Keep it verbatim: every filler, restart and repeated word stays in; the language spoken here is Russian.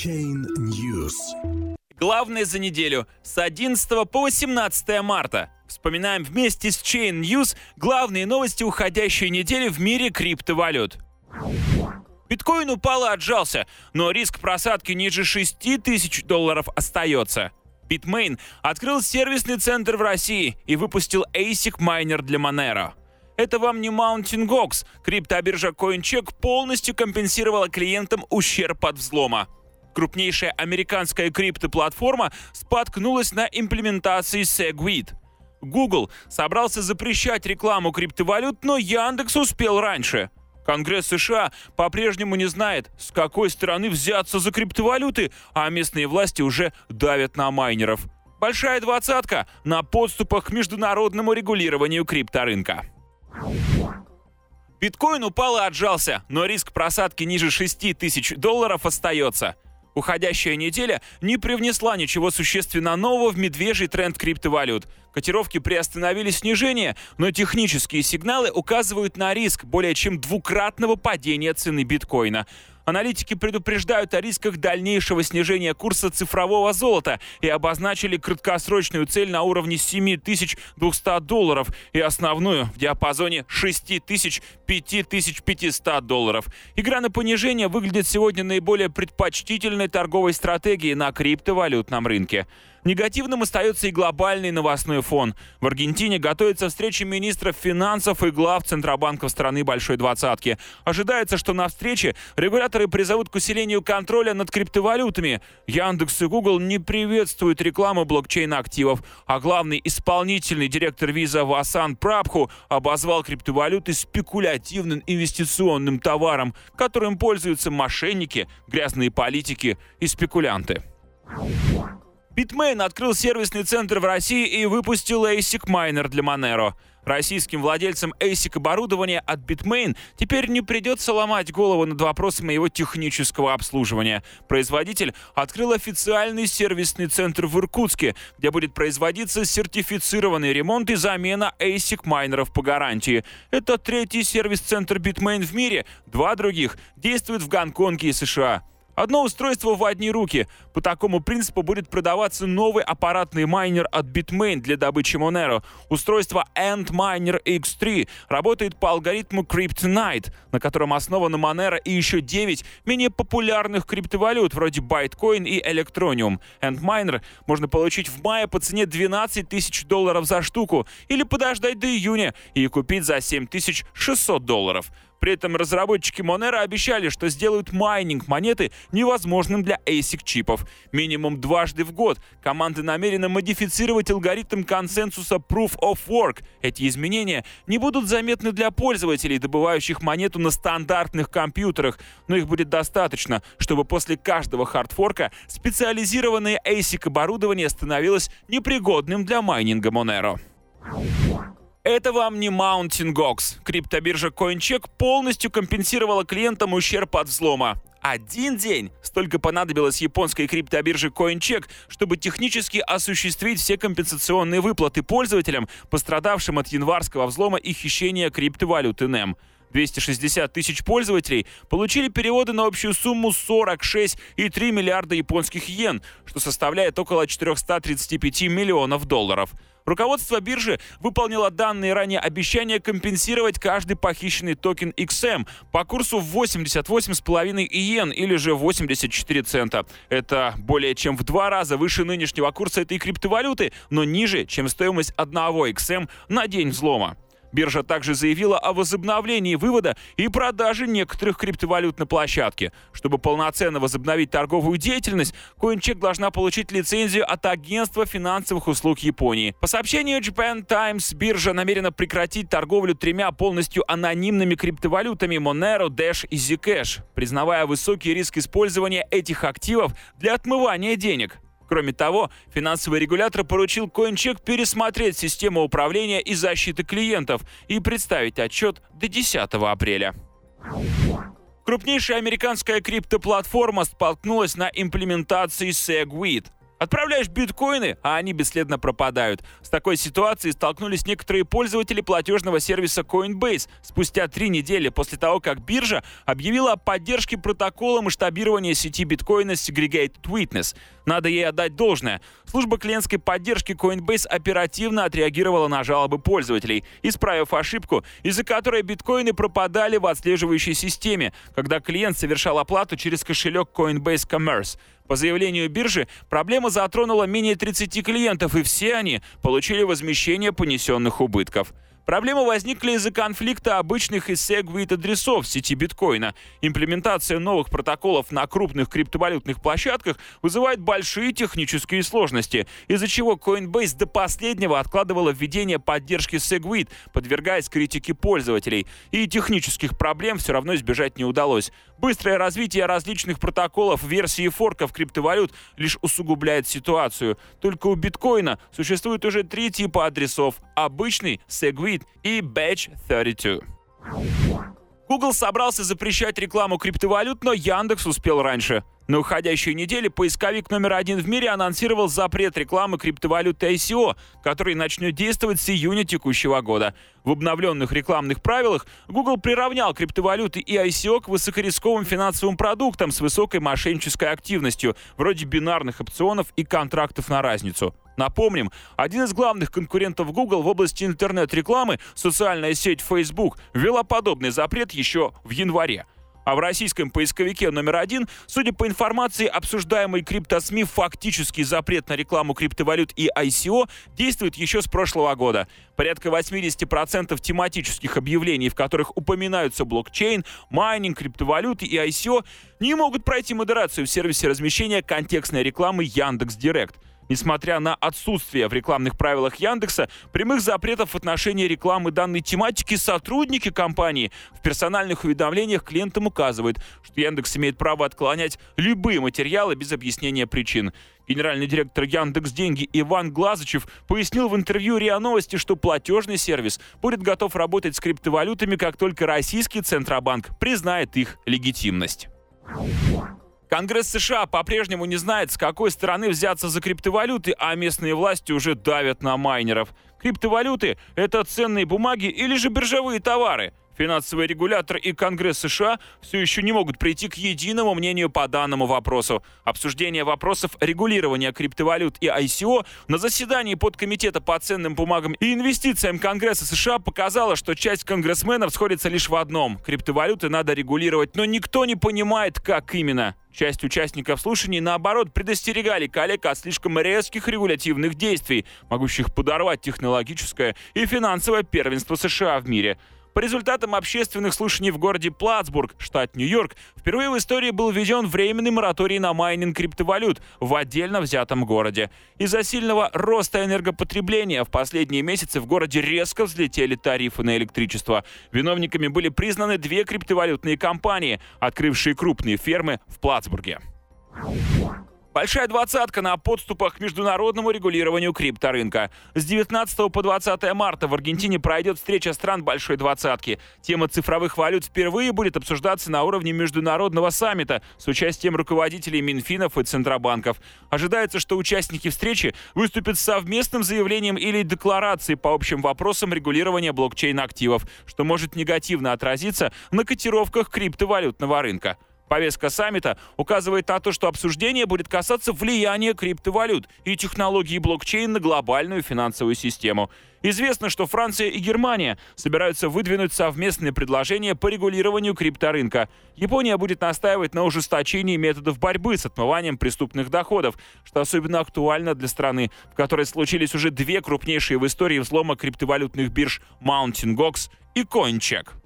Chain News. Главное за неделю с одиннадцатого по восемнадцатое марта. Вспоминаем вместе с Chain News главные новости уходящей недели в мире криптовалют. Биткоин упал и отжался, но риск просадки ниже шести тысяч долларов остается. Bitmain открыл сервисный центр в России и выпустил эйсик майнер для Monero. Это вам не Mt. Gox. Криптобиржа CoinCheck полностью компенсировала клиентам ущерб от взлома. Крупнейшая американская криптоплатформа споткнулась на имплементации Segwit. Google собрался запрещать рекламу криптовалют, но Яндекс успел раньше. Конгресс США по-прежнему не знает, с какой стороны взяться за криптовалюты, а местные власти уже давят на майнеров. Большая двадцатка на подступах к международному регулированию крипторынка. Биткоин упал и отжался, но риск просадки ниже шести тысяч долларов остается. Уходящая неделя не привнесла ничего существенно нового в медвежий тренд криптовалют. Котировки приостановили снижение, но технические сигналы указывают на риск более чем двукратного падения цены биткоина. Аналитики предупреждают о рисках дальнейшего снижения курса цифрового золота и обозначили краткосрочную цель на уровне семь тысяч двести долларов и основную в диапазоне шесть тысяч — пять тысяч пятьсот долларов. Игра на понижение выглядит сегодня наиболее предпочтительной торговой стратегией на криптовалютном рынке. Негативным остается и глобальный новостной фон. В Аргентине готовится встреча министров финансов и глав центробанков страны Большой Двадцатки. Ожидается, что на встрече регуляторы призовут к усилению контроля над криптовалютами. Яндекс и Google не приветствуют рекламу блокчейн-активов, а главный исполнительный директор Visa Васан Прабху обозвал криптовалюты спекулятивным инвестиционным товаром, которым пользуются мошенники, грязные политики и спекулянты. Bitmain открыл сервисный центр в России и выпустил эйсик майнер для Monero. Российским владельцам эйсик оборудования от Bitmain теперь не придется ломать голову над вопросами его технического обслуживания. Производитель открыл официальный сервисный центр в Иркутске, где будет производиться сертифицированный ремонт и замена эйсик майнеров по гарантии. Это третий сервис-центр Bitmain в мире, два других действуют в Гонконге и США. Одно устройство в одни руки. По такому принципу будет продаваться новый аппаратный майнер от Bitmain для добычи Monero. Устройство Antminer икс три работает по алгоритму Kryptonite, на котором основана Monero и еще девять менее популярных криптовалют вроде Bitcoin и Electroneum. Antminer можно получить в мае по цене двенадцать тысяч долларов за штуку или подождать до июня и купить за семь тысяч шестьсот долларов. При этом разработчики Monero обещали, что сделают майнинг монеты невозможным для эйсик-чипов. Минимум дважды в год команда намерена модифицировать алгоритм консенсуса Proof of Work. Эти изменения не будут заметны для пользователей, добывающих монету на стандартных компьютерах, но их будет достаточно, чтобы после каждого хардфорка специализированное эйсик-оборудование становилось непригодным для майнинга Monero. Это вам не Mt. Gox. Криптобиржа CoinCheck полностью компенсировала клиентам ущерб от взлома. Один день столько понадобилось японской криптобирже CoinCheck, чтобы технически осуществить все компенсационные выплаты пользователям, пострадавшим от январского взлома и хищения криптовалюты нэм. двести шестьдесят тысяч пользователей получили переводы на общую сумму сорок шесть и три миллиарда японских йен, что составляет около четыреста тридцать пять миллионов долларов. Руководство биржи выполнило данные ранее обещания компенсировать каждый похищенный токен икс эм по курсу восемьдесят восемь с половиной йен или же восемьдесят четыре цента. Это более чем в два раза выше нынешнего курса этой криптовалюты, но ниже, чем стоимость одного икс эм на день взлома. Биржа также заявила о возобновлении вывода и продажи некоторых криптовалют на площадке. Чтобы полноценно возобновить торговую деятельность, CoinCheck должна получить лицензию от Агентства финансовых услуг Японии. По сообщению Japan Times, биржа намерена прекратить торговлю тремя полностью анонимными криптовалютами Monero, Dash и Zcash, признавая высокий риск использования этих активов для отмывания денег. Кроме того, финансовый регулятор поручил CoinCheck пересмотреть систему управления и защиты клиентов и представить отчет до десятого апреля. Крупнейшая американская криптоплатформа столкнулась на имплементации Segwit. Отправляешь биткоины, а они бесследно пропадают. С такой ситуацией столкнулись некоторые пользователи платежного сервиса Coinbase спустя три недели после того, как биржа объявила о поддержке протокола масштабирования сети биткоина Segregated Witness. Надо ей отдать должное. Служба клиентской поддержки Coinbase оперативно отреагировала на жалобы пользователей, исправив ошибку, из-за которой биткоины пропадали в отслеживающей системе, когда клиент совершал оплату через кошелек Coinbase Commerce. По заявлению биржи, проблема затронула менее тридцати клиентов, и все они получили возмещение понесенных убытков. Проблемы возникли из-за конфликта обычных и сегвит адресов в сети биткоина. Имплементация новых протоколов на крупных криптовалютных площадках вызывает большие технические сложности, из-за чего Coinbase до последнего откладывала введение поддержки сегвит, подвергаясь критике пользователей. И технических проблем все равно избежать не удалось. Быстрое развитие различных протоколов, версий и форков криптовалют лишь усугубляет ситуацию. Только у биткоина существует уже три типа адресов – обычный, сегвит и Batch тридцать два. Google собрался запрещать рекламу криптовалют, но Яндекс успел раньше. На уходящей неделе поисковик номер один в мире анонсировал запрет рекламы криптовалюты ай си о, который начнет действовать с июня текущего года. В обновленных рекламных правилах Google приравнял криптовалюты и ай си о к высокорисковым финансовым продуктам с высокой мошеннической активностью, вроде бинарных опционов и контрактов на разницу. Напомним, один из главных конкурентов Google в области интернет-рекламы, социальная сеть Facebook, ввела подобный запрет еще в январе. А в российском поисковике номер один, судя по информации, обсуждаемый крипто-СМИ, фактический запрет на рекламу криптовалют и ай си о действует еще с прошлого года. Порядка восемьдесят процентов тематических объявлений, в которых упоминаются блокчейн, майнинг, криптовалюты и ай си о, не могут пройти модерацию в сервисе размещения контекстной рекламы Яндекс.Директ. Несмотря на отсутствие в рекламных правилах Яндекса прямых запретов в отношении рекламы данной тематики, сотрудники компании в персональных уведомлениях клиентам указывают, что Яндекс имеет право отклонять любые материалы без объяснения причин. Генеральный директор Яндекс.Деньги Иван Глазычев пояснил в интервью РИА Новости, что платежный сервис будет готов работать с криптовалютами, как только российский Центробанк признает их легитимность. Конгресс США по-прежнему не знает, с какой стороны взяться за криптовалюты, а местные власти уже давят на майнеров. Криптовалюты – это ценные бумаги или же биржевые товары? Финансовый регулятор и Конгресс США все еще не могут прийти к единому мнению по данному вопросу. Обсуждение вопросов регулирования криптовалют и ай си о на заседании подкомитета по ценным бумагам и инвестициям Конгресса США показало, что часть конгрессменов сходится лишь в одном – криптовалюты надо регулировать, но никто не понимает, как именно. Часть участников слушаний, наоборот, предостерегали коллег от слишком резких регулятивных действий, могущих подорвать технологическое и финансовое первенство США в мире. По результатам общественных слушаний в городе Платсбург, штат Нью-Йорк, впервые в истории был введен временный мораторий на майнинг криптовалют в отдельно взятом городе. Из-за сильного роста энергопотребления в последние месяцы в городе резко взлетели тарифы на электричество. Виновниками были признаны две криптовалютные компании, открывшие крупные фермы в Платсбурге. Большая двадцатка на подступах к международному регулированию крипторынка. С девятнадцатого по двадцатое марта в Аргентине пройдет встреча стран Большой двадцатки. Тема цифровых валют впервые будет обсуждаться на уровне международного саммита с участием руководителей Минфинов и Центробанков. Ожидается, что участники встречи выступят с совместным заявлением или декларацией по общим вопросам регулирования блокчейн-активов, что может негативно отразиться на котировках криптовалютного рынка. Повестка саммита указывает на то, что обсуждение будет касаться влияния криптовалют и технологий блокчейн на глобальную финансовую систему. Известно, что Франция и Германия собираются выдвинуть совместные предложения по регулированию крипторынка. Япония будет настаивать на ужесточении методов борьбы с отмыванием преступных доходов, что особенно актуально для страны, в которой случились уже две крупнейшие в истории взлома криптовалютных бирж Mt. Gox и CoinCheck.